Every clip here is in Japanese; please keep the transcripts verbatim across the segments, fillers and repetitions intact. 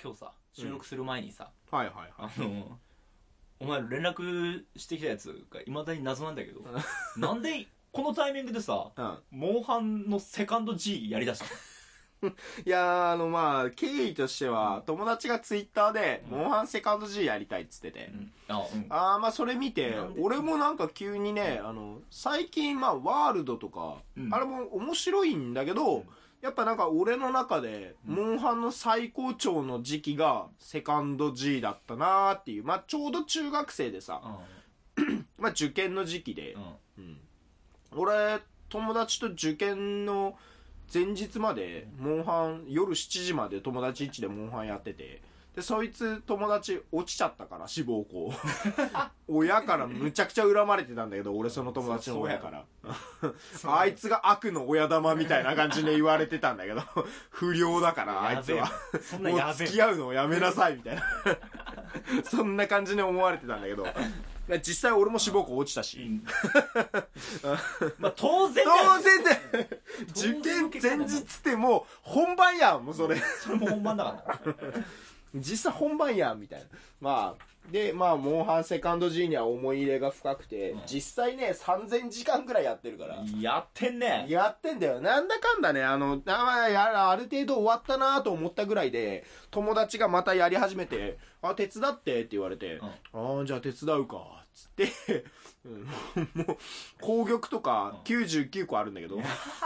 今日さ収録する前にさ、 うん、はいはいはいあのお前連絡してきたやつがいまだに謎なんだけどなんでこのタイミングでさ、うん、モンハンのセカンド G やりだしたのいやー、あの、まあ、経緯としては、友達がツイッターで、うん、モンハンセカンド G やりたいっつってて。うん、あ、うん、あー、まあ、それ見て、俺もなんか急にね、あの、最近、まあ、ワールドとか、うん、あれも面白いんだけど、うん、やっぱなんか俺の中で、モンハンの最高潮の時期が、セカンド G だったなーっていう。まあ、ちょうど中学生でさ、うん、まあ、受験の時期で、うんうん、俺、友達と受験の、前日までモンハン夜しちじまで友達一でモンハンやってて、でそいつ友達落ちちゃったから志望校親からむちゃくちゃ恨まれてたんだけど、俺その友達の親からあいつが悪の親玉みたいな感じで言われてたんだけど不良だからあいつはそんなやべえもう付き合うのをやめなさいみたいなそんな感じに思われてたんだけど、実際俺も志望校落ちたし、うん、 まあ当然だよ、ね、当然だよ受験前日ってもう本番やん、もうそれそれも本番だから実際本番やんみたいな。まあでまあモンハンセカンド G には思い入れが深くて、うん、実際ねさんぜんじかんぐらいやってるから。 やってんねやってんだよ。なんだかんだね、あのあやある程度終わったなと思ったぐらいで友達がまたやり始めて、あ手伝ってって言われて、うん、ああじゃあ手伝うかつってもう攻撃とかきゅうじゅうきゅうこあるんだけど、うん、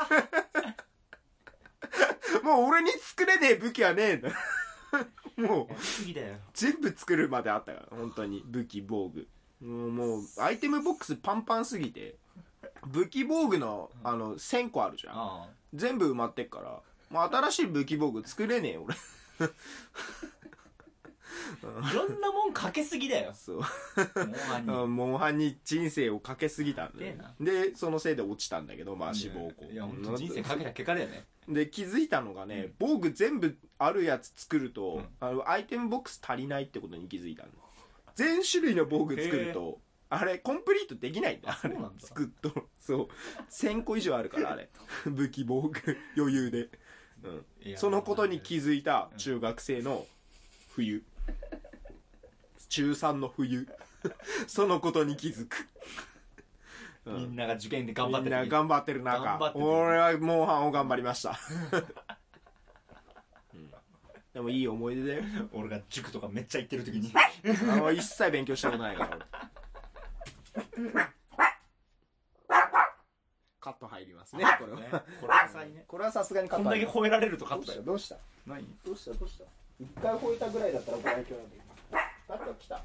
もう俺に作れねえ武器はねえんだもう全部作るまであったから本当に武器防具もう、もうアイテムボックスパンパンすぎて武器防具のあのせんこあるじゃん、ああ全部埋まってっから、まあ、新しい武器防具作れねえよ俺いろんなもんかけすぎだよ。 そうモンハンにモンハンに人生をかけすぎたんで、でそのせいで落ちたんだけど、まあ志望校、 いや本当人生かけた結果だよね。 で気づいたのがね、うん、防具全部あるやつ作ると、うん、あのアイテムボックス足りないってことに気づいたの。全種類の防具作るとあれコンプリートできないんだ。あれ作っとそうせんこ以上あるからあれ武器防具余裕で、うん、そのことに気づいた中学生の冬中さんの冬そのことに気づくうん、みんなが受験で頑張ってる、 みんな頑張ってる中俺はモンハンを頑張りました、うん、でもいい思い出だよ俺が塾とかめっちゃ行ってる時にあの一切勉強したことないからカット入りますねこれは、ね、これはさね、これはさすがにカット入ります。 こんだけ吠えられるとカットだよ。 どうした何どうしたどうした一回吠えたぐらいだったらご愛嬌なんだけど、誰か来た、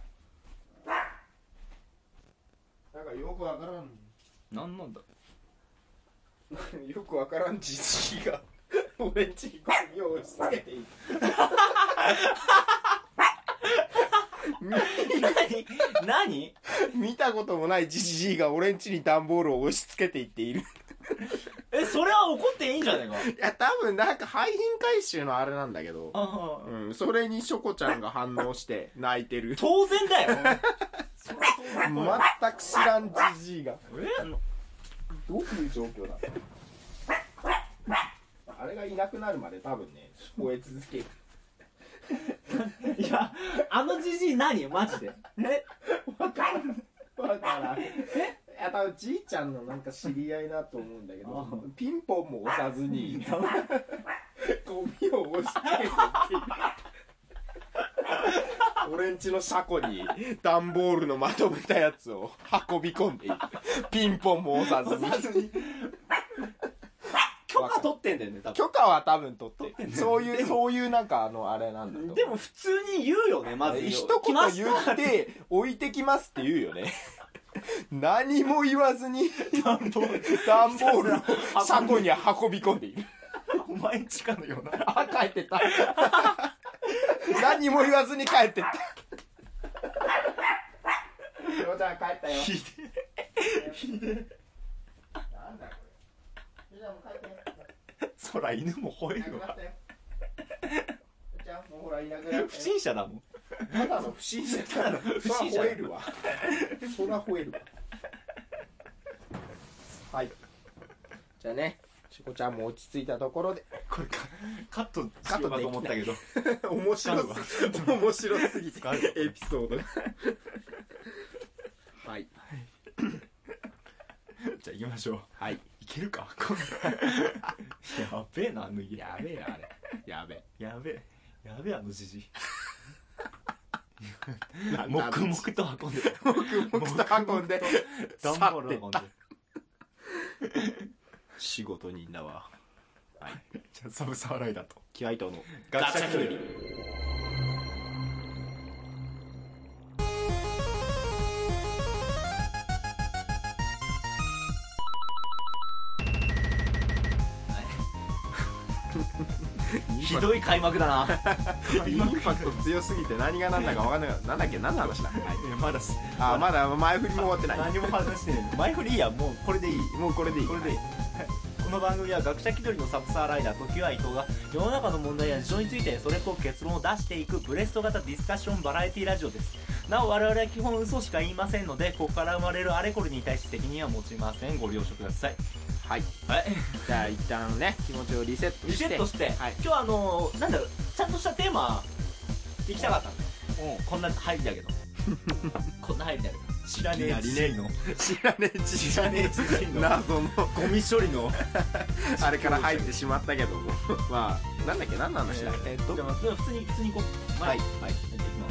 なんかよくわからん、 なんなんだよくわからんじじいが俺んちにゴミを押し付けている何何見たこともないじじいが俺んちに段ボールを押し付けていっているえ、それは怒っていいんじゃないか。 いや多分なんか廃品回収のあれなんだけど、うん、それにショコちゃんが反応して泣いてる当然だよ全く知らんじじいがえどういう状況だあれがいなくなるまで多分ね吠え続けるいやあのじじい何マジでえわからんわからんえいや多分じいちゃんのなんか知り合いだと思うんだけどピンポンも押さずにゴミを押し付けて俺んちの車庫に段ボールのまとめたやつを運び込んでいるピンポンも押さずに許可取ってんだよね多分。 許可は多分取ってる、そういうそういうなんかあのあれなんだと。 でも普通に言うよねまず一言言って置いてきますって言うよね何も言わずに段ボール段ボールを車庫に運び込んでいるお前んちかのようなあ帰ってった何も言わずに帰ってったしおちゃん帰ったよひでえひでえなんだこれ。じゃあもう帰ってそら犬も吠えるわじゃあもうほらいなくなった不審者だもんただの不審者だの不審者。そら吠えるわそら吠えるわはいじゃあねしこちゃんも落ち着いたところでこれかカットしようかと思ったけど面白すぎ面白すぎてエピソードがはいじゃあ行きましょう。 はい。 いけるかやべえな、あの家。 やべえな、あれ。やべえ。 やべえ。やべえ、あのじじ。黙々と運んで。 黙々と運んで。 ダンボール運んで。 仕事人だわ。はい。 じゃあ、サブサーライダーと。 気合いとのガチャキドリ。ひどい開幕だなインパクト強すぎて何が何だか分かんない。なんだっけ、何の話だ。はい、 まだあまだ前振りも終わってない。 何も話してない。前振りいいや、もうこれでいい。 もうこれでいい。 これでいい。この番組は学者気取りのサブサーライダー時は伊藤が世の中の問題や事情についてそれっぽく結論を出していくブレスト型ディスカッションバラエティラジオです。なお我々は基本嘘しか言いませんので、ここから生まれるあれこれに対して責任は持ちません。ご了承ください。 はい、はい、じゃあ一旦ね気持ちをリセットしてリセットして、はい、今日はあのー、なんだろう、ちゃんとしたテーマ行きたかったんだよ。こんな入りだけどこんな入りだけど知らねえじじいの知らねえじじいの謎のゴミ処理のあれから入ってしまったけどもまあなんだっけ、何の話だ。 えー、っとじゃあ普通に普通にこうはいはい、やっていきます。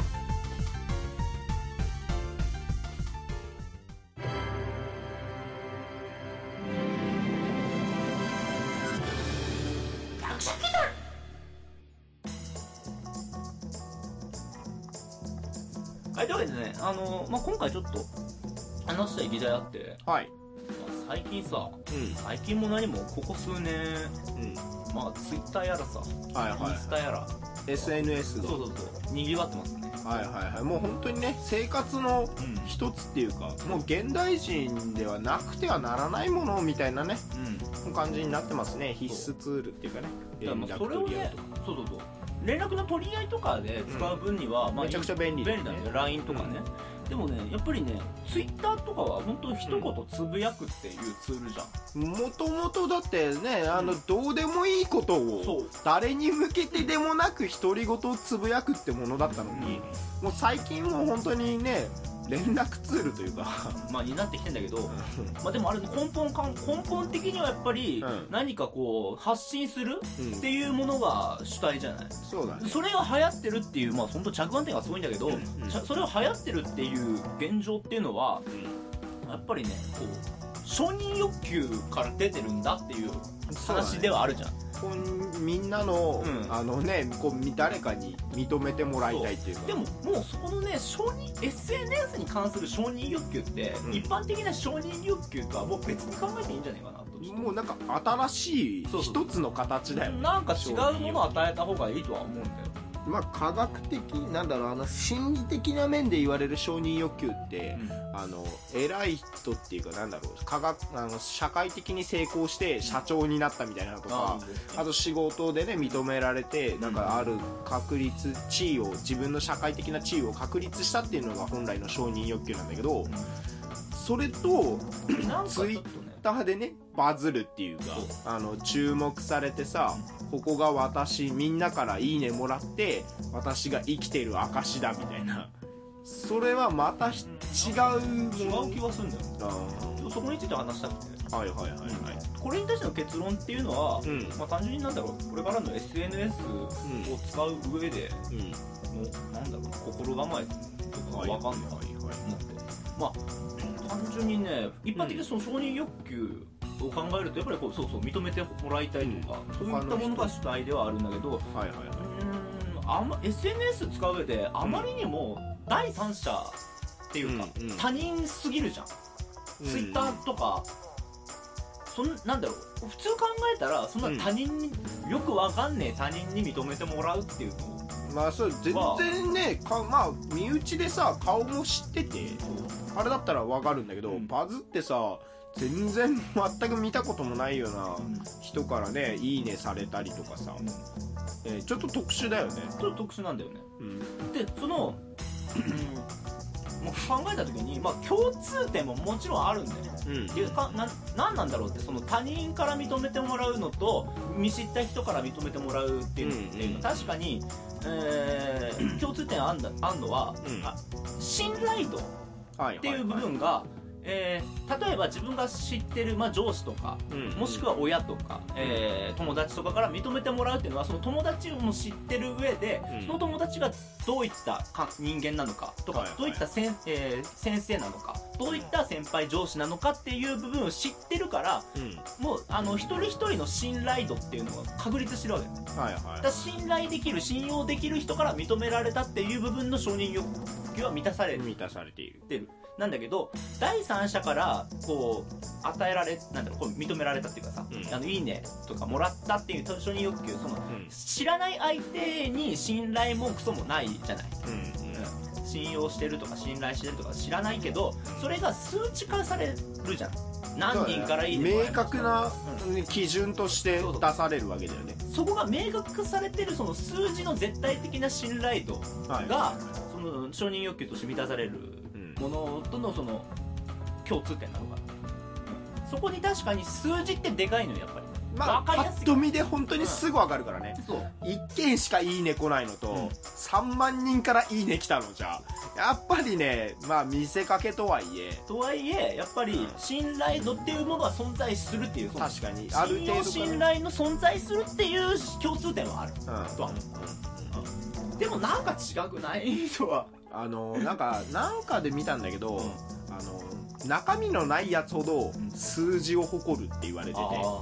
はい、というわけでね、あのーまあ、今回ちょっと話したい議題あって、 はい、 まあ、最近さ、 うん、 最近も何もここ数年、うん、まあツイッターやらさ、 はいはい、 インスタやらエスエヌエス のそうそうそうにぎわってますね。 はいはいはい、もう本当にね生活の一つっていうか、うん、もう現代人ではなくてはならないものみたいなね、うん、感じになってますね。必須ツールっていうかね、 連絡取り合いとか、そうそうそう、連絡の取り合いとかで使う分には、うん、まあ、 めちゃくちゃ便利だね、便利なんだよ。 ライン とかね、うん、でもねやっぱりね Twitter とかは本当一言つぶやくっていうツールじゃん。 もともとだってね、あの、うん、どうでもいいことを誰に向けてでもなく独り言をつぶやくってものだったのに、うん、もう最近もう本当にね連絡ツールというかまあになってきてんだけどまあでもあれ根本か根本的にはやっぱり何かこう発信するっていうものが主体じゃない、うん、 そうだね。 それが流行ってるっていう、まあ本当着眼点がすごいんだけど、うん、それを流行ってるっていう現状っていうのは、うん、やっぱりねこう承認欲求から出てるんだっていう話ではあるじゃん。 こうみんなの、うん、あのねこう誰かに認めてもらいたいっていうか。 でももうそこのね承認 エスエヌエス に関する承認欲求って、うん、一般的な承認欲求とはもう別に考えていいんじゃないかなと。 もうなんか新しい一つの形だよね。 なんか違うものを与えた方がいいとは思うんだよ。 まあ科学的なんだろう、あの心理的な面で言われる承認欲求って、うん、あの偉い人っていうかなんだろう、科学あの社会的に成功して社長になったみたいなのとか、うん、あと仕事でね認められてなんかある確立地位を自分の社会的な地位を確立したっていうのが本来の承認欲求なんだけど、うん、それとツイッターでねバズるっていうか、あの注目されてさ、ここが私みんなからいいねもらって私が生きてる証だみたいな、それはまた違う違う気がするんだよ。あそこについて話したくて、 はいはいはいはい、 これに対しての結論っていうのは、うん、まあ、単純になんだろう、これからの エスエヌエス を使う上での、うん、なんだろう心構えとか分かんないと思って、まあ単純にね一般的にその承認欲求を考えるとやっぱりこうそうそう認めてもらいたいとか、うん、そういったものが主体ではあるんだけど、はいはいはい、うーんあ、ま、エスエヌエス 使う上であまりにも第三者っていうか、うんうん、他人すぎるじゃん、うん、ツイッターとかそんなんだろう、普通考えたらそんな他人に、うん、よくわかんねえ他人に認めてもらうっていうのまあそれ全然ねか、まあ身内でさ顔も知っててあれだったらわかるんだけど、うん、バズってさ全然全く見たこともないような人からねいいねされたりとかさ、うん、えー、ちょっと特殊だよね。 ちょっと特殊なんだよね、うん、でその、うん、 考えた時に、まあ、共通点ももちろんあるんだよ、うん、でかな何なんだろうって、その他人から認めてもらうのと見知った人から認めてもらうっていうのって、うんうん、確かに、えー、共通点あんだあんのは、うん、あ信頼度っていう部分が、はいはいはい、えー、例えば自分が知ってる、まあ、上司とか、うん、もしくは親とか、えー、友達とかから認めてもらうっていうのは、その友達も知ってる上で、うん、その友達がどういったか人間なのかとか、はいはい、どういったせん、えー、先生なのか、どういった先輩上司なのかっていう部分を知ってるから、うん、もうあの一人一人の信頼度っていうのが確立してるわけです、はいはい、だから信頼できる、信用できる人から認められたっていう部分の承認欲求は満たされる満たされているなんだけど、第三者からこう与えられ、なんだろう、こう認められたっていうかさ、うん、あのいいねとかもらったっていう承認欲求、その、うん、知らない相手に信頼もクソもないじゃない、うんうん、信用してるとか信頼してるとか知らないけど、それが数値化されるじゃん。何人からいいねもらえます、明確な、うん、基準として出されるわけだよね。 そこが明確化されてる、その数字の絶対的な信頼度が、はい、その承認欲求として満たされるものとのその共通点なのかな、うん、そこに確かに数字ってでかいのよ、やっぱり。 まあ、パッと見で本当にすぐ分かるからね、うん、そういっけんしかいいね来ないのと、うん、さんまんにんからいいね来たのじゃやっぱりね、まあ見せかけとはいえとはいえやっぱり信頼度っていうものは存在するっていう、 確かにある程度信頼の存在するっていう共通点はある、うん、とは思う、うんうん、でもなんか違くないとはあのなんかなんかで見たんだけど、うん、あの中身のないやつほど数字を誇るって言われてて、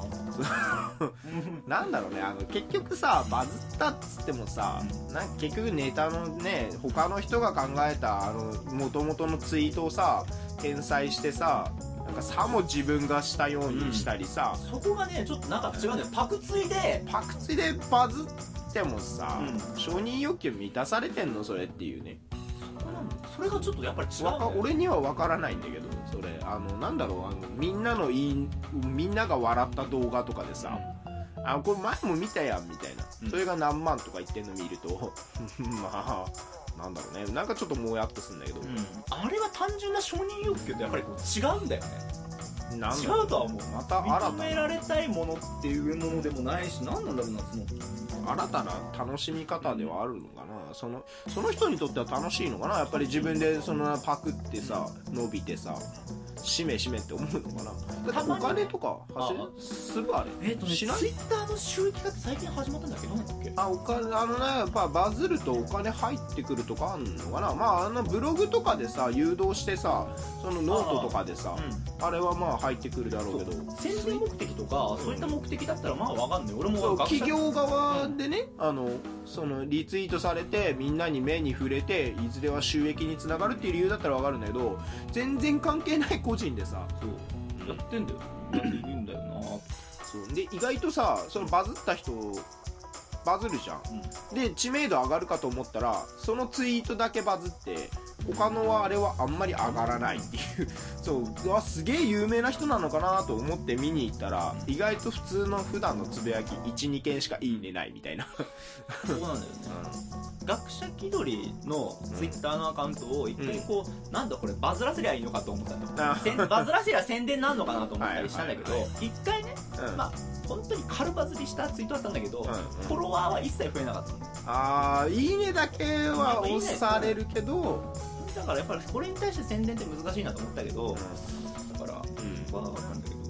なんだろうね、あの結局さバズったっつってもさ、なんか結局ネタのね他の人が考えたあの元々のツイートをさ転載してさ、なんかさも自分がしたようにしたりさ、 うん、そこがねちょっとなんか違うんだよ。パクツイでパクツイでバズってもさ、うん、承認欲求満たされてんのそれっていうね。 それがちょっとやっぱり違う、ね、 俺には分からないんだけど、それあのなんだろう、あのみんなのいいみんなが笑った動画とかでさ、うん、あこれ前も見たやんみたいな、うん、それが何万とか言ってんの見るとまあなんだろうね、なんかちょっともやっとするんだけど、うん、 あれは単純な承認欲求とやっぱりこう違うんだよね。違うとは思う。 また新たな認められたいものっていうものでもないし、何なんだろうな、その新たな楽しみ方ではあるのかな、そのその人にとっては楽しいのかな、やっぱり自分でそのパクってさ伸びてさしめしめって思うのかな。だってお金とか発生するあれえっとねツイッターの収益化って最近始まったんだっけど、なんだっけ。 あお金あのねやっぱバズるとお金入ってくるとかあんのかな。まああのブログとかでさ誘導してさそのノートとかでさ あ,、うん、あれはまあ入ってくるだろうけど、 宣伝目的とかそういった目的だったらまあわかんない。俺もそう企業側でね、うん、あのそのリツイートされてみんなに目に触れていずれは収益につながるっていう理由だったらわかるんだけど、全然関係ない個人でさそうやってんだよ。やっているんだよな。 そうで意外とさそのバズった人バズるじゃん、うん、で知名度上がるかと思ったらそのツイートだけバズって他のはあれはあんまり上がらないっていうそうわすげえ有名な人なのかなと思って見に行ったら意外と普通の普段のつぶやき いちにけんしかいいねないみたいなそうなんだよね、うん、学者気取りのツイッターのアカウントを一回こう、うん、なんだこれバズらせりゃいいのかと思ったのバズらせりゃ宣伝なんのかなと思ったりしたんだけど、一回ね、うん、まあ本当に軽バズりしたツイートだったんだけど、うんうん、フォロワーは一切増えなかったの。 ああいいねだけは押されるけど、 だからやっぱりこれに対して宣伝って難しいなと思ったけど、うん、だから、うん、僕は分かったんだけど、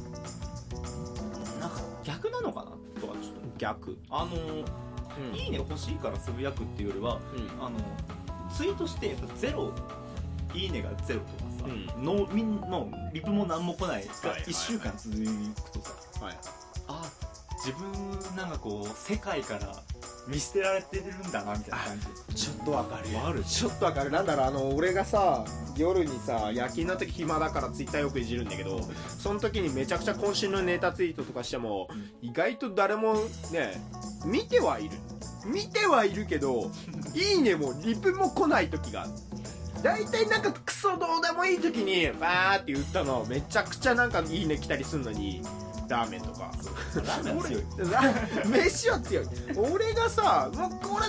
なんか逆なのかなとかちょっと逆あの、うん、いいね欲しいからつぶやくっていうよりは、うん、あのツイートしてゼロいいねがゼロとかさ、うん、のみんのリプもなんも来ないがいっしゅうかん続くとさ、はい、あ自分なんかこう世界から見捨てられてるんだなみたいな感じ。 ちょっとわかるよ。ちょっとわかる。なんだろうあの俺がさ夜にさ夜勤の時暇だからツイッターよくいじるんだけど、その時にめちゃくちゃ渾身のネタツイートとかしても、うん、意外と誰もね見てはいる見てはいるけどいいねもリプも来ない時がある。だいたいなんかクソどうでもいい時にバーって言ったのめちゃくちゃなんかいいね来たりするのにラーメンとかラーメンは強い飯は強い。俺がさもうこれめっ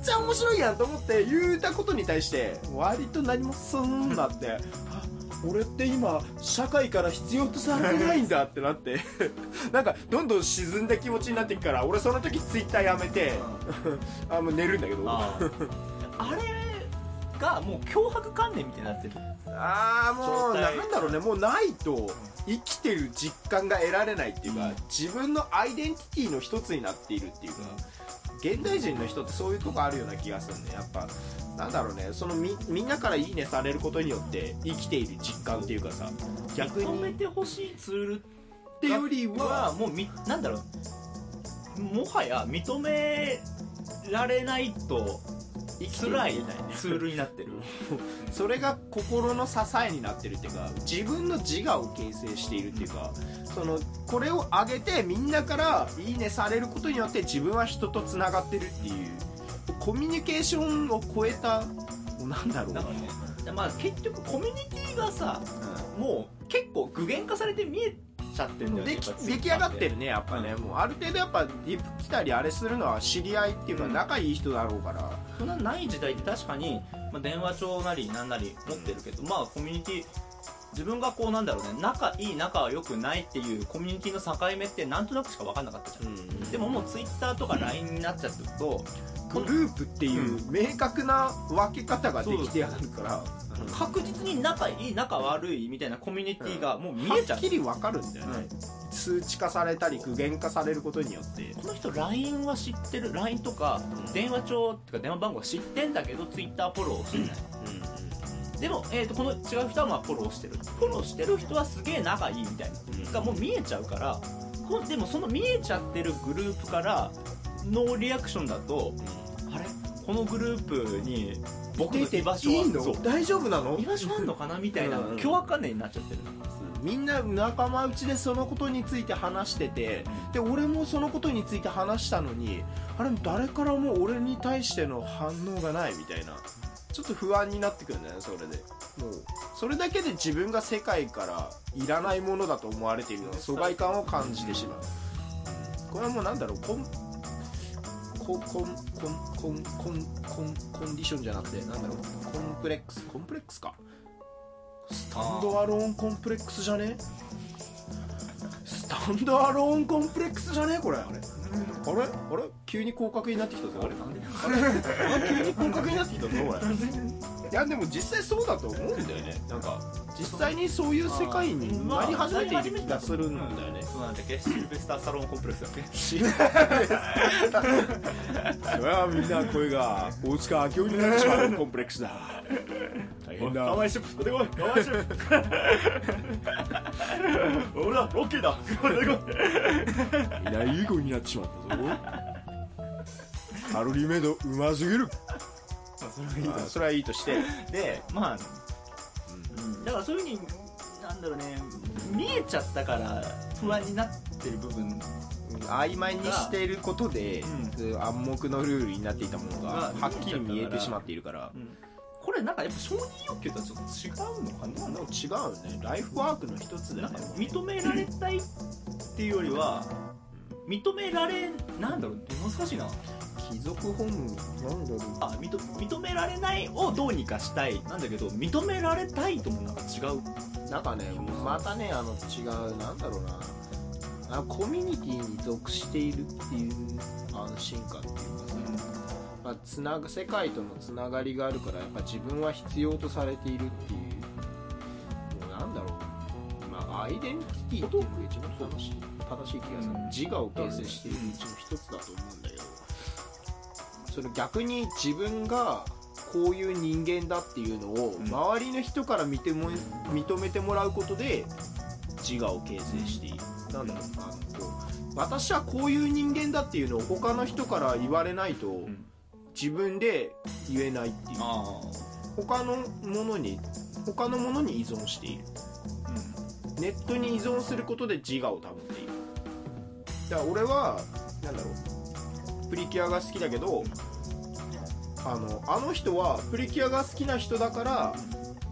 ちゃ面白いやんと思って言ったことに対して割と何もすんなって俺って今社会から必要とされてないんだってなってなんかどんどん沈んだ気持ちになっていくから俺その時ツイッターやめてあもう寝るんだけどああれがもう脅迫観念みたいになってる。 ああもうなんだろうね、もうないと生きてる実感が得られないっていうか、うん、自分のアイデンティティの一つになっているっていうか、現代人の人ってそういうとこあるような気がするね。やっぱなんだろうね、その み, みんなからいいねされることによって生きている実感っていうかさ、 逆に認めてほしいツールってよりはもうみなんだろう、もはや認められないと辛いツールになってるそれが心の支えになってるっていうか、自分の自我を形成しているっていうか、そのこれを上げてみんなからいいねされることによって自分は人とつながってるっていうコミュニケーションを超えたなんだろうな、 ね、まあ結局コミュニティがさ、うん、もう結構具現化されて見えちゃってるんだよね。 出来上がってるねやっぱね、うん、もうある程度やっぱリプ来たりあれするのは知り合いっていうか仲いい人だろうから、 そんなない時代って確かに、まあ、電話帳なりなんなり持ってるけど、まあコミュニティ自分がこうなんだろうね、仲いい仲は良くないっていうコミュニティの境目ってなんとなくしか分かんなかったじゃん、うん、でももうツイッターとか ライン になっちゃってるとグループっていう明確な分け方ができてやるから、 うん、確実に仲いい仲悪いみたいなコミュニティがもう見えちゃう、 はっきり分かるんだよね、うん、数値化されたり具現化されることによってこの人 ライン は知ってる、 ライン とか電話帳ってか電話番号は知ってんだけど ツイッター フォローしてない、うん、でも、えー、とこの違う人はまあフォローしてるフォローしてる人はすげえ仲いいみたいな、うん、がもう見えちゃうから、でもその見えちゃってるグループからノーリアクションだと、うん、あれこのグループに僕の居場所はいいの大丈夫なの居場所あんのかなみたいな凶悪観念になっちゃってる。 みんな仲間内でそのことについて話してて、で俺もそのことについて話したのに、あれ誰からも俺に対しての反応がないみたいな、ちょっと不安になってくるんだよね。それでもうそれだけで自分が世界からいらないものだと思われているの疎外感を感じてしまう。これはもうなんだろう、コンコンコンコンコンコンコンコンディションじゃなくてなんだろう、コンプレックスコンプレックスかスタンドアローンコンプレックスじゃねスタンドアローンコンプレックスじゃねこれ。あれあれあれ急に広角になってきたぞ。あれなんであれ急に広角になってきたぞこれ。いやでも実際そうだと思うんだよね。なんか実際にそういう世界になり始めている気がするんだよね。 そうなんだっけ、シルベスターサロンコンプレックスだっけ。 シルベスターそれはみんな声が大塚明夫になってしまうコンプレックスだ。大変だ。 かわいしょ出てこいかわいしょほらオッケーだ出てこい。みんないい子になってしまったぞ。カロリーメイドうますぎる。それはいいとしてでまあ、うん、だからそういう風になんだろうね、見えちゃったから不安になってる部分曖昧にしていることで、うん、暗黙のルールになっていたものがはっきり見えてしまっているから、うん、 これなんかやっぱ承認欲求とはちょっと違うのかな。 なんか違うね。ライフワークの一つだよね。 認められたいっていうよりは認められなんだろう難しいな。 貴族本なんだろうあ 認, 認められないをどうにかしたいなんだけど、認められたいともなんか違う。 なんかねまたねあの違うなんだろうな、あコミュニティに属しているっていう安心感っていうかさ、うんまあ、つなが世界とのつながりがあるからやっぱ自分は必要とされているっていう、もうなんだろう、まあアイデンティティっていうのが一番正しい正しい気がする、うん、自我を形成しているうちの一つだと思うんだけど、その逆に自分がこういう人間だっていうのを周りの人から見ても認めてもらうことで自我を形成している。なんだろう、あのこう私はこういう人間だっていうのを他の人から言われないと自分で言えないっていう、他のものに他のものに依存している、うん、ネットに依存することで自我を保っている。だから俺はなんだろう、プリキュアが好きだけどあのあの人はプリキュアが好きな人だから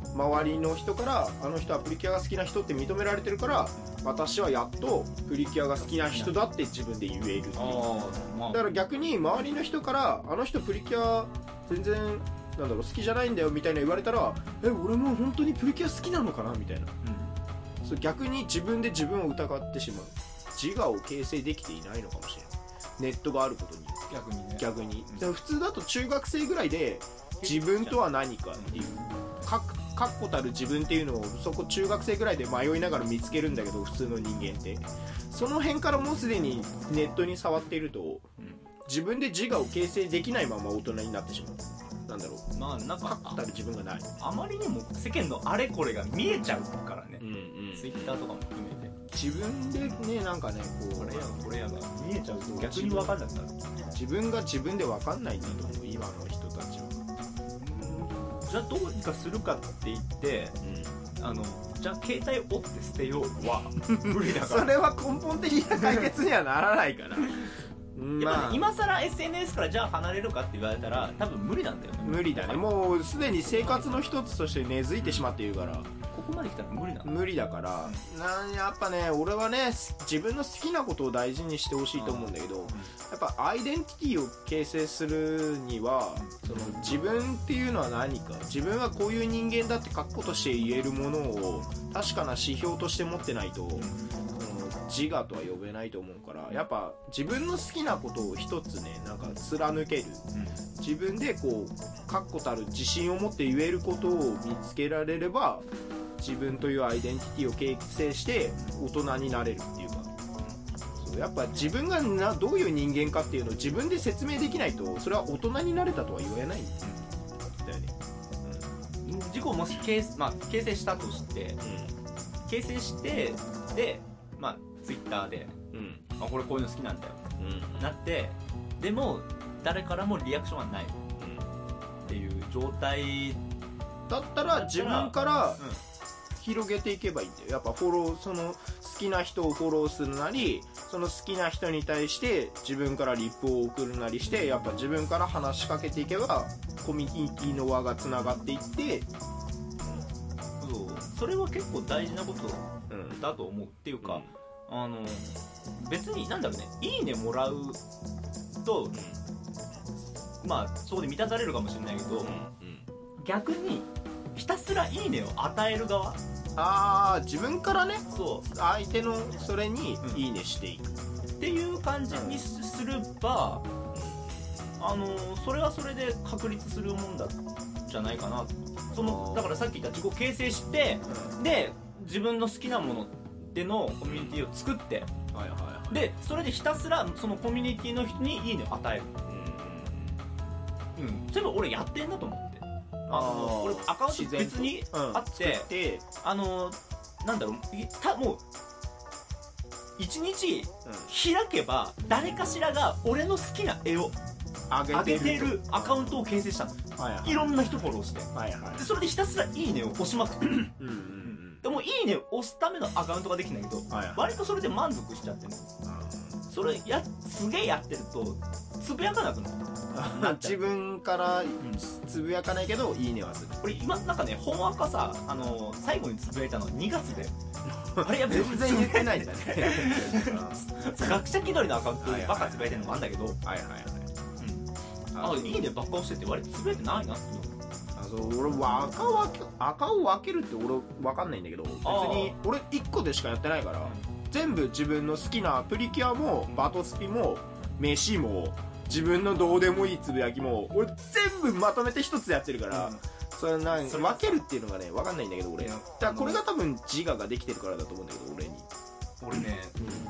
周りの人からあの人はプリキュアが好きな人って認められてるから私はやっとプリキュアが好きな人だって自分で言えるっていう。だから逆に周りの人からあの人プリキュア全然なんだろう好きじゃないんだよみたいな言われたらえ俺も本当にプリキュア好きなのかなみたいな、うん、そう逆に自分で自分を疑ってしまう。自我を形成できていないのかもしれないネットがあることに逆にね逆に、うん、普通だと中学生ぐらいで自分とは何かっていう確固たる自分っていうのをそこ中学生ぐらいで迷いながら見つけるんだけど普通の人間ってその辺からもうすでにネットに触っていると、うん、自分で自我を形成できないまま大人になってしまう。なんだろうまあなんか確固たる自分がない。 あまりにも世間のあれこれが見えちゃうからね、うんうん、ツイッターとかも含めて自分でねなんかねこうこれやこれやが見えちゃうと逆に分かんなくなる。 自分が自分で分かんないんだと思う今の人たちは。 じゃあどうにかするかって言って、うん、あのじゃあ携帯折って捨てようは無理だからそれは根本的な解決にはならないからまあ、今更 エスエヌエス からじゃあ離れるかって言われたら多分無理なんだよね。 無理だね。もうすでに生活の一つとして根付いてしまっているからここまで来たら無理なの。 無理だから、うん、なやっぱね俺はね自分の好きなことを大事にしてほしいと思うんだけど、うん、やっぱアイデンティティを形成するには、うん、その自分っていうのは何か自分はこういう人間だって確固として言えるものを確かな指標として持ってないと、うん自我とは呼べないと思うからやっぱ自分の好きなことを一つねなんか貫ける、うん、自分でこう確固たる自信を持って言えることを見つけられれば自分というアイデンティティを形成して大人になれるっていうか、うん、そうやっぱ自分がなどういう人間かっていうのを自分で説明できないとそれは大人になれたとは言えないんだよね、 うん、自己をもし形、まあ、形成したとして、うん、形成してでまあツイッターで、うん、あこれこういうの好きなんだよ、うん、なってでも誰からもリアクションはない、うん、っていう状態だったら自分から広げていけばいいんだよ。やっぱフォローその好きな人をフォローするなりその好きな人に対して自分からリップを送るなりしてやっぱ自分から話しかけていけばコミュニティの輪がつながっていって、 うん、そうそれは結構大事なことだと思うっていうか、うんあの別になんだろうねいいねもらうと、うん、まあそこで満たされるかもしれないけど、うんうん、逆にひたすらいいねを与える側あー自分からねそう相手のそれにいいねしていく、うん、 っていう感じにすれば、うん、あのそれはそれで確立するもんだじゃないかな。そのだからさっき言った自己形成して、うん、で自分の好きなものでのコミュニティを作って、はいはいはい、でそれでひたすらそのコミュニティの人にいいねを与える、うんうん、そういえば俺やってんなと思ってあの俺アカウント別にあって、うん、あのなんだろうたもう一日開けば誰かしらが俺の好きな絵を上げてるアカウントを形成したの、はいはい、いろんな人フォローして、はいはい、でそれでひたすらいいねを押しまくってるうんでもいいね押すためのアカウントができないけど、はいはい、割とそれで満足しちゃってる、うん、それやすげえやってるとつぶやかなくなる自分からつぶやかないけど、うん、いいねはする。 俺今なんかねほんわかさあの最後につぶやいたのはにがつであれや全然言ってないんだね学者気取りのアカウントばっかつぶやいてるのもあるんだけどはいはいはい、うん、あいいねばっか押してて割とつぶやいてないなってそう俺は赤を分け赤を分けるって俺分かんないんだけど別に俺いっこでしかやってないから、うん、全部自分の好きなプリキュアもバトスピも飯も自分のどうでもいいつぶやきも俺全部まとめて一つやってるから、うん、それなん分けるっていうのがね分かんないんだけど俺だからこれが多分自我ができてるからだと思うんだけど俺に俺ね、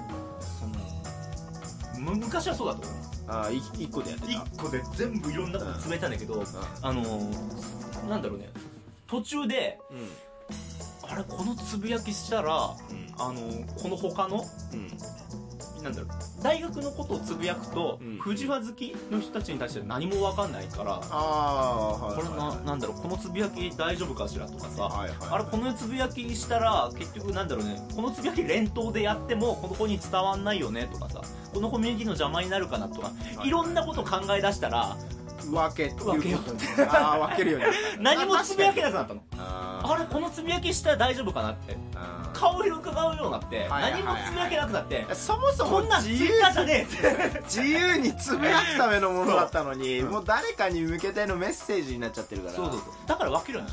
うん、その昔はそうだと思う。 ああいっこでやってたいっこで全部いろんなこと詰めたんだけど、うん、あのー、なんだろうね途中で、うん、あれこのつぶやきしたら、うん、あのー、この他の、うん、なんだろう大学のことをつぶやくと、うん、藤輪好きの人たちに対して何も分かんないからあ、はいはいはい、これな、なんだろうこのつぶやき大丈夫かしらとかさ、はいはいはい、あれこのつぶやきしたら結局なんだろうねこのつぶやき連投でやってもこの子に伝わんないよねとかさこのコミュニティの邪魔になるかなとか、はい、いろんなこと考え出したら分け分けようあ分けるよね何もつぶやけなくなったのああれこのつぶやきしたら大丈夫かなって顔色伺うようになって、何もつぶやけなくなって、 そもそもこんなんツイッターじゃねえって自由につぶやくためのものだったのに、もう誰かに向けてのメッセージになっちゃってるから。 そうそうそう、だから分けるようにした。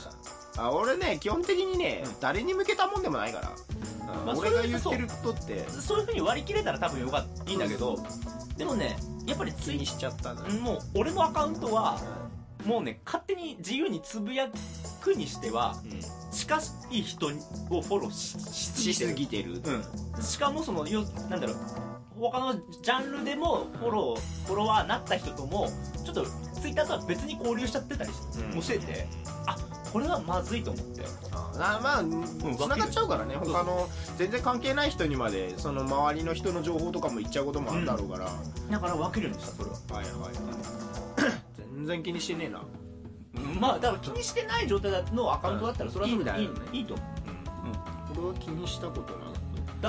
あ、俺ね基本的にね、うん、誰に向けたもんでもないから、まあ、俺が言ってることってそういう風に割り切れたら多分よかったいいんだけど、でもねやっぱり気にしちゃったな。 もう俺のアカウントは、うん、もうね勝手に自由につぶやくにしては、うん、近い人をフォロー し, しすぎてる、うん、しかもそのよなんだろう他のジャンルでもフォローフォロワーなった人ともちょっとツイッターとは別に交流しちゃってたりもしてて、うん、あこれはまずいと思って。 あまあつながっちゃうからね、他の全然関係ない人にまでその周りの人の情報とかも言っちゃうこともあるだろうから、 うん、だから分けるようにしたそれは。 はいはいはい全然気にしてねえな。 まあだから気にしてない状態のアカウントだったらそれはそれでいい、 うん、いいと思う、うんうん、俺は気にしたことなかった。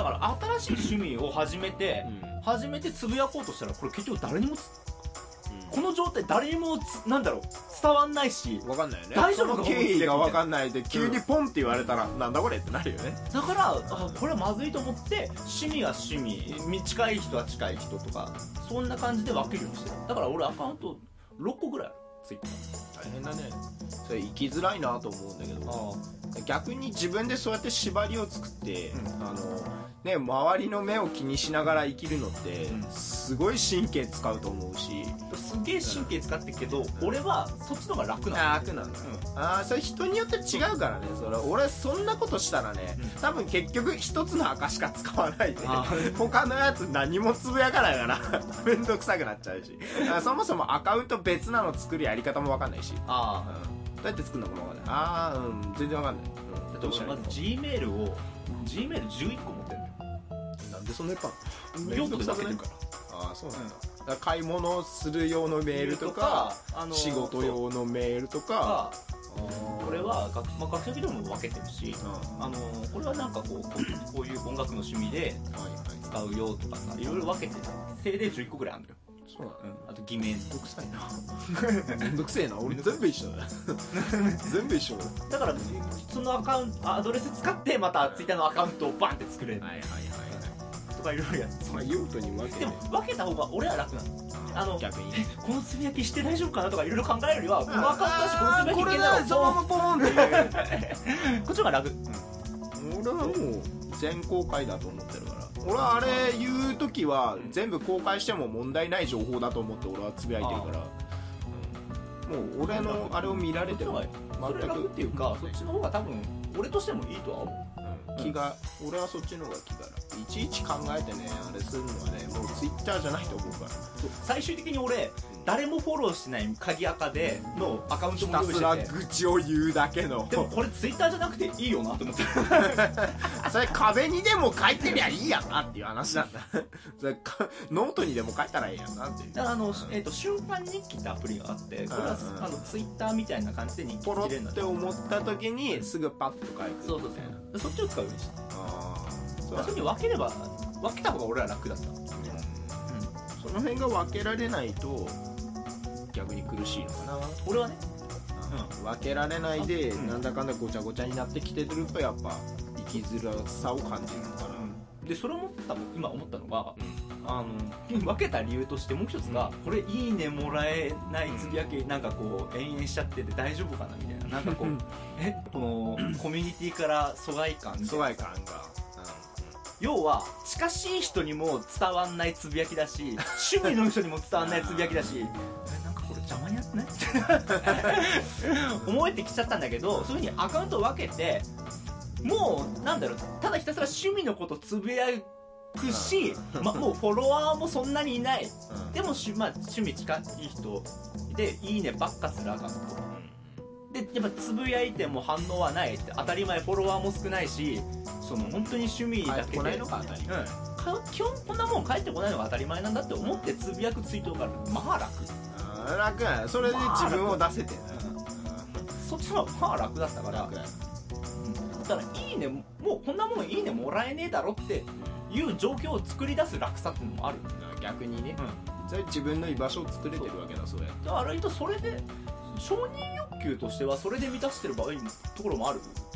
だから新しい趣味を始めて、うん、始めてつぶやこうとしたらこれ結局誰にもつ、うん、この状態誰にもなんだろう伝わんないし分かんないよね。 大丈夫か経緯が分かんないで急にポンって言われたら、うん、なんだこれってなるよね。 だからあこれはまずいと思って趣味は趣味近い人は近い人とかそんな感じで分けるようにしてる。だから俺アカウントろっこぐらいあるツイッター。 大変だねそれ生きづらいなと思うんだけど、逆に自分でそうやって縛りを作って、うん、あのね、周りの目を気にしながら生きるのって、うん、すごい神経使うと思うし、 すげえ神経使ってるけど、うん、俺はそっちの方が楽なんだ。 楽なんだ、うん、ああそれ人によって違うからね。それ俺そんなことしたらね、うん、多分結局一つの赤しか使わないで他のやつ何もつぶやかないからめんどくさくなっちゃうし、そもそもアカウント別なの作るやり方も分かんないし、あ、うん、どうやって作るのかも分かんない。ああうん全然分かんない、うん、 だって俺まず G メールを G メールじゅういっこ持ってるんだよ。 なんでそんなやっぱ用途で分けてるから。 ああそうなんだ、うん、だ買い物する用のメールとか、あのー、仕事用のメールとか、 これは学、まあ、学生でも分けてるし、うん、あのー、これはなんかこう、こう、こういう音楽の趣味で使うよとかさ、いろいろ分けてる。せいでじゅういっこぐらいあるんだよ。 そうなの、 うん、あと偽名。 めんどくさいなめんどくせえな。俺全部一緒だ全部一緒だ。 だからそのアカウントアドレス使ってまたツイッターのアカウントをバンって作れる。 はいはいはいとかいろいろやって、 まあ、用途に分けてでも分けた方が俺は楽なの。あの逆にこのつぶやきして大丈夫かなとかいろいろ考えるよりはこのアカウントだしこのつぶやきいけないそのままポーンっていうこっちの方が楽、 うん、俺はもう全公開だと思ってるから。俺はあれ言う時は全部公開しても問題ない情報だと思って俺はつぶやいてるから、うん、もう俺のあれを見られても全く楽っていうか、そっちの方が多分俺としてもいいとは思う、 うん、気が、俺はそっちの方が気が楽。いちいち考えてねあれするのはねもうツイッターじゃないと思うから。 最終的に俺、うん、誰もフォローしてない鍵アカでのアカウントも用意してて、 ひたすら愚痴を言うだけの。 でもこれツイッターじゃなくていいよなと思ってそれ壁にでも書いてりゃいいやなっていう話なんだそれノートにでも書いたらいいやなっていう。 だからあの、うん、えーと瞬間日記ってアプリがあって、これは、うん、あのツイッターみたいな感じで日記ポロって思った時にすぐパッと書いて、 そうそうそう、そっちを使うようにした。ああ、それに分ければ分けた方が俺は楽だった、うんうん、 その辺が分けられないと逆に苦しいのかな俺はね、 うん、分けられないで、うん、なんだかんだごちゃごちゃになってきてるとやっぱ生きづらさを感じるのかな、 うん、でそれを思った今思ったのが、うん、あの分けた理由としてもう一つが、うん、これいいねもらえないつぶやき、うん、なんかこう延々しちゃってて大丈夫かなみたいな、なんかこうえこのコミュニティから疎外感みたいな、 疎外感が、 要は近しい人にも伝わんないつぶやきだし趣味の人にも伝わんないつぶやきだしえなんかこれ邪魔になってない思えてきちゃったんだけど、そういう風にアカウントを分けてもうなんだろう、ただひたすら趣味のことつぶやくし、ま、もうフォロワーもそんなにいない、でもし、まあ、趣味近い人でいいねばっかするアカウントで、やっぱつぶやいても反応はないって当たり前、フォロワーも少ないし、その本当に趣味だけで帰ってこないのが当たり前、うん、 基本こんなもん帰ってこないのが当たり前なんだって思ってつぶやくツイートがある。まあ楽、 あ楽や、それで自分を出せて、まあ、そっちの方がまあ楽だったから、楽や、うん、だからいいね、もうこんなもんいいねもらえねえだろっていう状況を作り出す楽さっていうのもある。 逆にね、うん、それ自分の居場所を作れてるわけだ。そうやってだから割とそれで承認欲求としてはそれで満たしてる場合ところもある。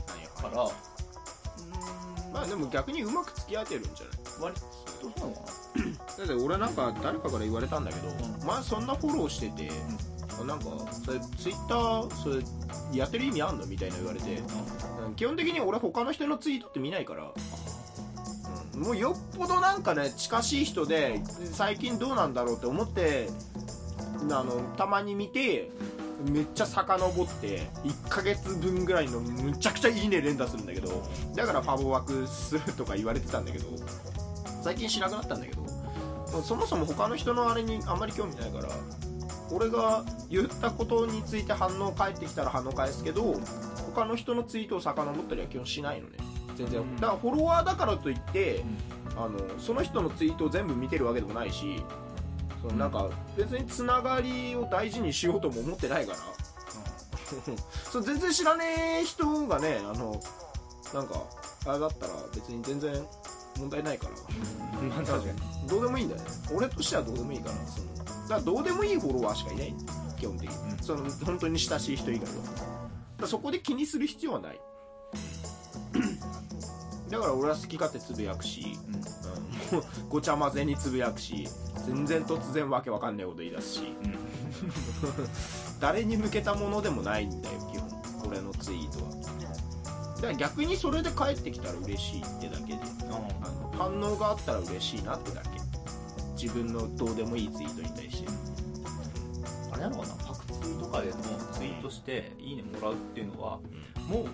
からまあでも逆にうまく付き合ってるんじゃない割とそうなのかなだって俺なんか誰かから言われたんだけど、うん、前そんなフォローしてて、うん、なんかそれツイッターそれやってる意味あんのみたいな言われて、うん、基本的に俺他の人のツイートって見ないから、うん、もうよっぽどなんかね近しい人で最近どうなんだろうって思ってあのたまに見てめっちゃ遡っていっかげつぶんぐらいのむちゃくちゃいいね連打するんだけどだからファボ枠するとか言われてたんだけど最近しなくなったんだけどそもそも他の人のあれにあんまり興味ないから俺が言ったことについて反応返ってきたら反応返すけど他の人のツイートを遡ったりは基本しないのね全然だからフォロワーだからといってあのその人のツイートを全部見てるわけでもないしそのなんか別につながりを大事にしようとも思ってないから、うん、そう全然知らねえ人がねあのなんかあれだったら別に全然問題ないから、うん、確かにどうでもいいんだよね俺としてはどうでもいいからそのだからどうでもいいフォロワーしかいない基本的に、うん、その本当に親しい人以外はだそこで気にする必要はないだから俺は好き勝手つぶやくし、うん、もうごちゃ混ぜにつぶやくし全然突然わけわかんないこと言い出すし、うん、誰に向けたものでもないんだよ基本俺のツイートはだから逆にそれで返ってきたら嬉しいってだけで、うん、あの反応があったら嬉しいなってだけ自分のどうでもいいツイートに対してあれなのかなパクツイとかでもツイートしていいねもらうっていうのは、うん、もう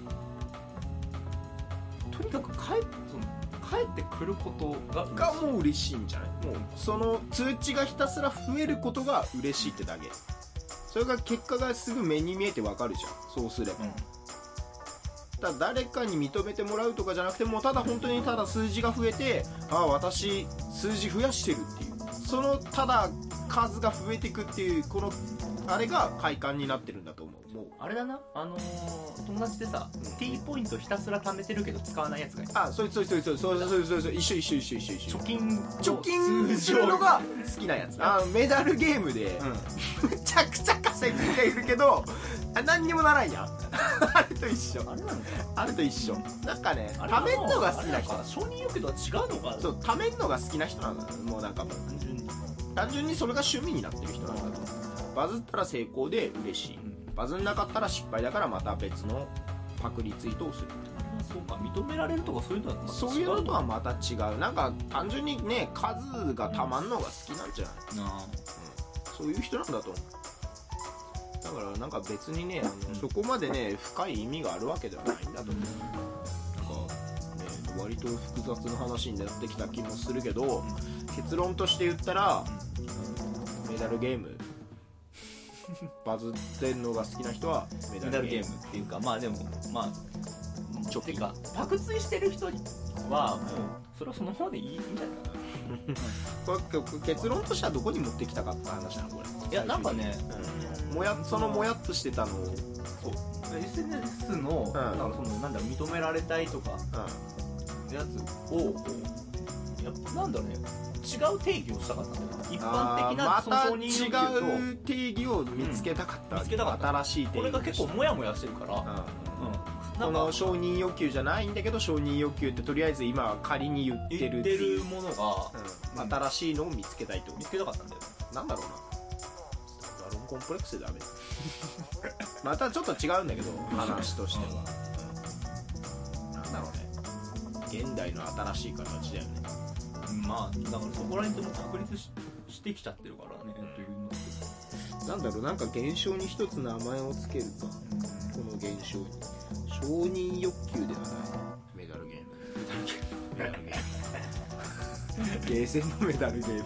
とにかく返って帰ってくることががもう嬉しいんじゃないもうその通知がひたすら増えることが嬉しいってだけそれが結果がすぐ目に見えてわかるじゃんそうすれば、うん、ただ誰かに認めてもらうとかじゃなくてもうただ本当にただ数字が増えてああ私数字増やしてるっていうそのただ数が増えていくっていうこのあれが快感になってるんだと思うもうあれだなあのー、友達でさ、うん、T ポイントひたすら貯めてるけど使わないやつがいるあそいつそいつそいつそいつそいつそいつ一緒一緒一緒一緒一緒貯金貯金するのが好きなやつあメダルゲームで、うん、めちゃくちゃ稼ぐ人がいるけどあ何にもならんやんあれと一緒あれなのかあれと一緒なんかね貯めんのが好きな人承認欲求とは違うのかそう貯めんのが好きな人なんだもうなんかもう単純に単純にそれが趣味になってる人なんだと思うバズったら成功で嬉しいバズんなかったら失敗だからまた別のパクリツイートをするそうか認められるとかそういうのはまた違うそういうのとはまた違うなんか単純にね数がたまんのが好きなんじゃない、うん、そういう人なんだと思うだからなんか別にねあの、うん、そこまでね深い意味があるわけではないんだと思う、うん、なんかね割と複雑な話になってきた気もするけど、うん、結論として言ったら、うん、メダルゲームバズってんのが好きな人はメダルゲームっていうかまあでもまあちょっていうかパクツイしてる人はもうそれはその方でいいんじゃないかなこれ結論としてはどこに持ってきたかって話なのこれいやなんかね、 うん、もやそのもやっとしてたのをそうエスエヌエス の、うん、なんかそのなんだろう認められたいとか、うん、やつをいやなんだろうね違う定義をしたかったんだよ一般的なその承認欲求とまた違う定義を見つけたかった、うん、見つけたかった新しい定義これが結構モヤモヤしてるから、うんうん、 この承認欲求じゃないんだけど承認欲求ってとりあえず今仮に言ってるっていうものが、 うん、新しいのを見つけたいと見つけたかったんだよなんだろうなダロンコンプレックスでダメまたちょっと違うんだけど話としては、うん、なんだろうね現代の新しい形だよねまあだからそこら辺でも確立 し, してきちゃってるからね、うん、というのってなんだろうなんか現象に一つ名前をつけるか、うん、この現象に承認欲求ではないメダルゲームメダルゲームゲーセンのメダルゲーム、うん、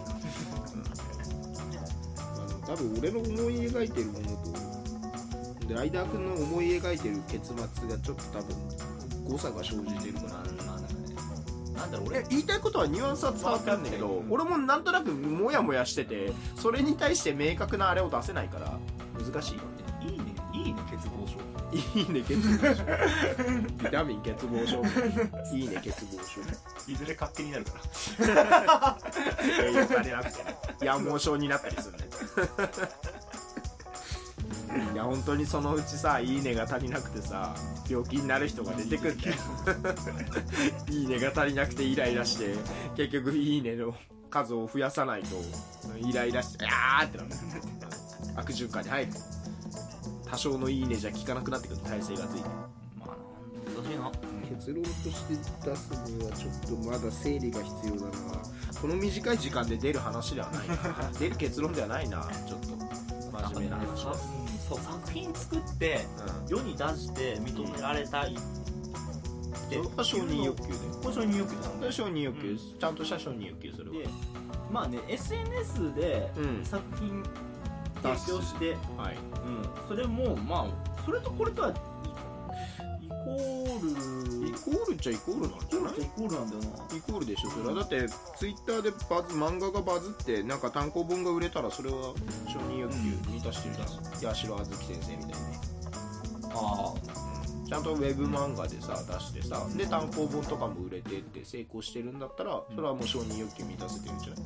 あの多分俺の思い描いてるものとでライダー君の思い描いてる結末がちょっと多分誤差が生じてるからなんだろう俺言いたいことはニュアンスは伝わってるんだけど、うん、俺もなんとなくモヤモヤしててそれに対して明確なあれを出せないから難しいよねいいねいいね欠乏症いいね欠乏症ビタミン欠乏症いいね欠乏症いずれ勝手になるから栄養足りなくてね夜盲症になったりするねいや本当にそのうちさ、いいねが足りなくてさ病気になる人が出てくるんだよいいねが足りなくてイライラして結局いいねの数を増やさないとイライラしてあーってなる悪循環に入る。多少のいいねじゃ効かなくなってくる、体勢がついて。 まあ難しいな。 結論として出すにはちょっとまだ整理が必要だな。この短い時間で出る話ではない出る結論ではないな。ちょっと真面目な話、うん、 そう作品作って世に出して認められたい、 それは承認欲求で、 これ承認欲求だね。承認欲求、うん、ちゃんとした承認欲求。それはでまあね エスエヌエス で作品提供して、 うん、はい、 うん、それもまあそれとこれとはイコールイコールっちゃイコールなんじゃない？ イコールなんだよな。 イコールでしょ。それはだってツイッターでバズ漫画がバズってなんか単行本が売れたらそれは承認欲求満たしてるじゃん。八代あずき先生みたいに。 ああ、 ちゃんとウェブ漫画でさ出してさ、で単行本とかも売れてって成功してるんだったらそれはもう承認欲求満たせてるんじゃない？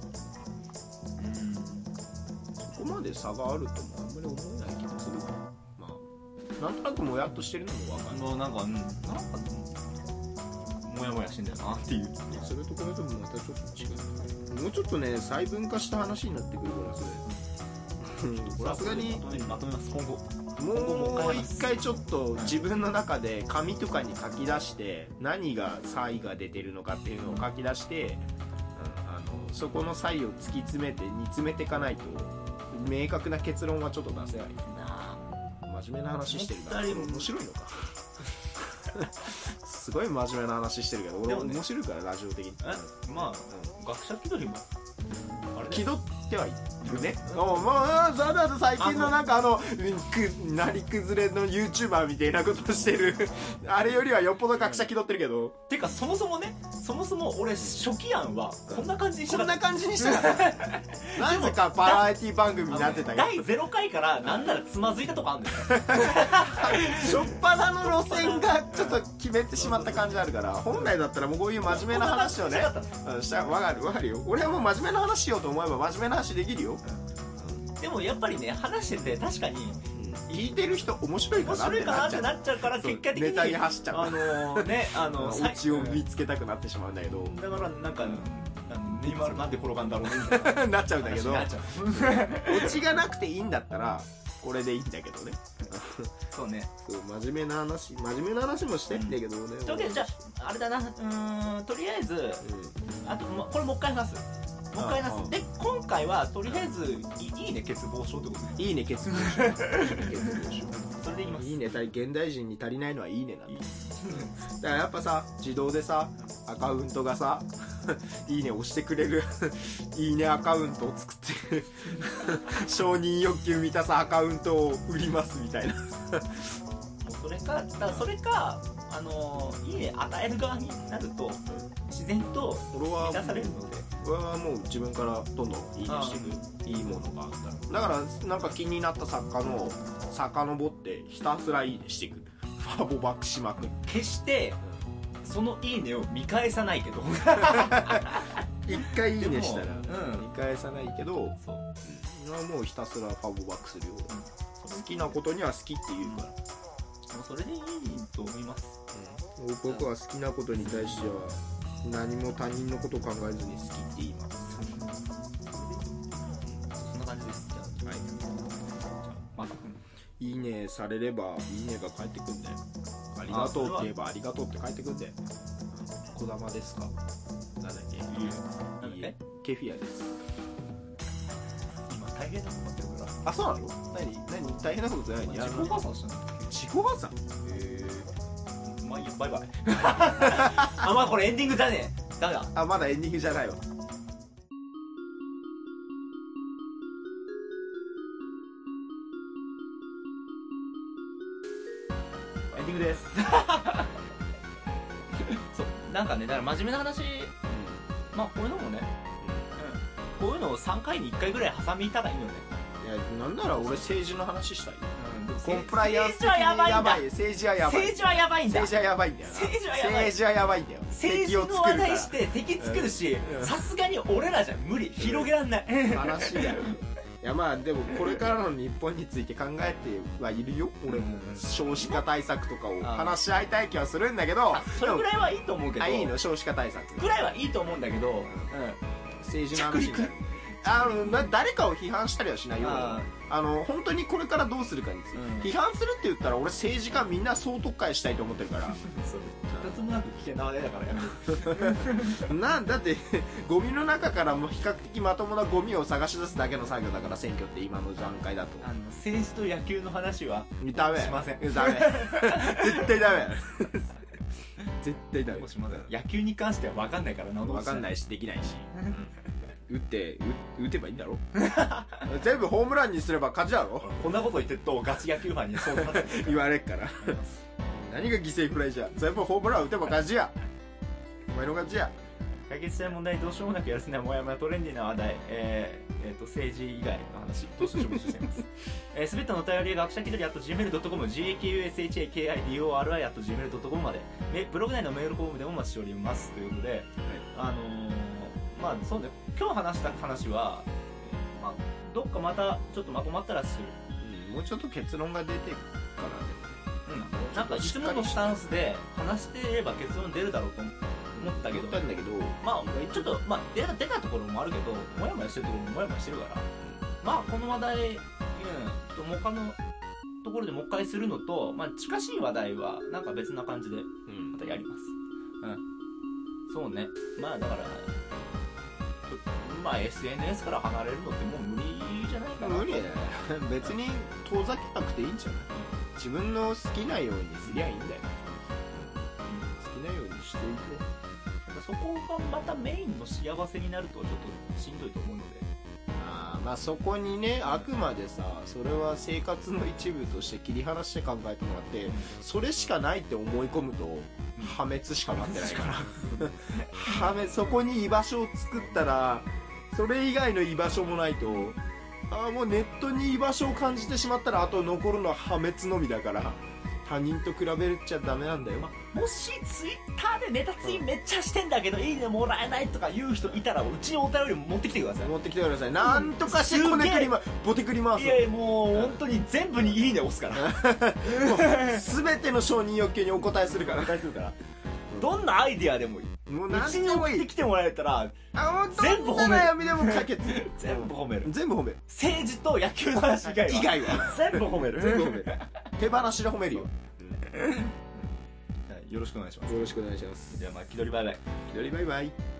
うん、そこまで差があるともあんまり思えない気がするから、まあなんとなくもやっとしてるのも分かる。 なんか、うん、なんかモヤモヤしてんだよなっていう。 それとこれともまたちょっと違う。もうちょっとね細分化した話になってくるからそれ。さすがにまとめます今後。 もう一回ちょっと自分の中で紙とかに書き出して何が差異が出てるのかっていうのを書き出して、うん、あのそこの差異を突き詰めて煮詰めていかないと明確な結論はちょっと出せないな。真面目な話してるから面白いのかすごい真面目な話してるけど俺面白いからラジオ的に。 まあ、うん、学者気取りも気取ってはいるね。うん、もうそれだと最近のなんかあのくなり崩れの YouTuber みたいなことしてるあれよりはよっぽど学者気取ってるけど。 てかそもそもね、そもそも俺初期案はこんな感じにしたかった。 こんな感じにしたかったなぜかパラエティ番組になってたけどだいゼロかいからなんならつまずいたとこあるんだよ初っ端の路線がちょっと決めてしまった感じあるから、本来だったらもうこういう真面目な話をねしたわかるわかるよ。俺はもう真面目な話しようと思えば真面目な話できるよ。 でもやっぱりね話してて確かに聞いてる人面白いかなってなっちゃうから結果的にネタに走っちゃう。 あのー、ねあのー、オチを見つけたくなってしまうんだけど、 だからなんかネイマールなんで転がんだろうみたいななっちゃうんだけどオチがなくていいんだったらこれでいいんだけどねそうね、 そう真面目な話真面目な話もしてんだけどね、 うん、とりあえずじゃああれだな、うーんとりあえず、うん、あとこれもう一回話すもう一回話す。で今回はとりあえずいいね欠乏症ってことね。 いいね欠乏症それでいきます。 いいね現代人に足りないのはいいねなんだだからやっぱさ自動でさアカウントがさいいね押してくれるいいねアカウントを作って承認欲求満たすアカウントを売りますみたいなそれかだからそれかあのー、いいね与える側になると自然と満たされるので、 俺はもう自分からどんどんいいねしていくいいものがあったら、だからなんか気になった作家の遡ってひたすらいいねしていく、ファボバックしまくる。 決してそのいいねを見返さないけど一回いいねしたら見返さないけど、そう、うん、もうひたすらファボバックするよ、うん、好きなことには好きって言うから、 うん、もうそれでいいと思います、 うん、僕は好きなことに対しては何も他人のことを考えずに好きって言います。 そんな感じです。じゃあ、はい。じゃあまた、 うん、いいねされればいいねが返ってくんだよ。ありがとうって言えばありがとうって返ってくんだよ。こだまですか。なんだっけ。いいいいえ。 ケフィアです。 今大変なことになってるから。 あ、そうなの？何何大変なことない？ 自己破産したの？ 自己破産？ まあいいよ、バイバイあ、まあこれエンディングだね。ダメだ。 あ、まだエンディングじゃないわ。 エンディングですそう、なんかね、だから真面目な話、うん、まあこういうのもね、うん、こういうのをさんかいにいっかいぐらい挟みたらいいのね。 いや、なんなら俺政治の話したいよ。 コンプライアンス的にやばいんだ。 政治はやばい。 政治はやばいんだ。 政治はやばいんだよな。 政治はやばい。 政治はやばいんだよ。 政治の話題して敵作るし、さすがに俺らじゃ無理、広げらんない。 話だよ。いやまあでもこれからの日本について考えてはいるよ俺も、うん、少子化対策とかを話し合いたい気はするんだけど、 それぐらいはいいと思うけど、 あいいの少子化対策ぐらいはいいと思うんだけど、うん、 政治の話になるあのな誰かを批判したりはしないよ。ああの本当にこれからどうするかについて、うん、批判するって言ったら俺政治家みんな総特会したいと思ってるからそれ一つもなく危険な話題だからやめるなんだってゴミの中からも比較的まともなゴミを探し出すだけの作業だから選挙って今の段階だと。 あの政治と野球の話はダメしません。 ダメ絶対ダメ絶対ダメしません。野球に関しては分かんないからな。 分かんないしできないし打って打てばいいんだろ全部ホームランにすれば勝ちだろこんなこと言ってるとガチ野球ファンにそうなって言われっから何が犠牲フライじゃ全部ホームラン打てば勝ちやお前の勝ちや。 解決したい問題どうしようもなくやるせないもやもやトレンディーな話題、えーえー、と政治以外の話どうしようもしていますすべ、えー、てのお便りが学者気取り アットジーメールドットコム ジーエーキューエスエイチエーケーアイディーオーアールアイ アットジーメールドットコム までブログ内のメールフォームでもお待ちしておりますということで、はい、あのーまあそうね、今日話した話は、まあ、どっかまたちょっとまとまったらする、 うん、もうちょっと結論が出てからね、うん、なんかいつものスタンスで話してれば結論出るだろうと思ったけど、 思ったんだけどまあちょっと、まあ、出た、出たところもあるけどもやもやしてるところももやもやしてるから、まあこの話題、うん、他のところでもう一回するのと、まあ、近しい話題はなんか別な感じでまたやります、うん、うん、そうね。まあだからまあ エスエヌエス から離れるのってもう無理じゃないかな。 無理だよ別に遠ざけなくていいんじゃない。自分の好きなようにすりゃいいんだよ、うん、好きなようにしていて、 そこがまたメインの幸せになるとちょっとしんどいと思うので、 あまあそこにね、あくまでさそれは生活の一部として切り離して考えてもらって、うん、それしかないって思い込むと破滅しか待ってないから破滅、そこに居場所を作ったらそれ以外の居場所もないと、あもうネットに居場所を感じてしまったらあと残るのは破滅のみだから、他人と比べるっちゃダメなんだよ、まあ、もしツイッターでネタツイめっちゃしてんだけど、うん、いいねもらえないとか言う人いたらうちにお便り持ってきてください。 持ってきてください。なんとかしてこねくりまボテくり回す。 いやいやもう本当に全部にいいね押すから全ての承認欲求にお答えするから。 お答えするから。どんなアイディアでもいい。 もううちに送ってきてもらえたら全部褒める。 悩みでも解決全部褒める。 全部褒める。 政治と野球の話以外は以外は全部褒める。 全部褒める。手放しで褒めるよ。 よろしくお願いします。 よろしくお願いします。 じゃあまあ気取りバイバイ。 気取りバイバイ。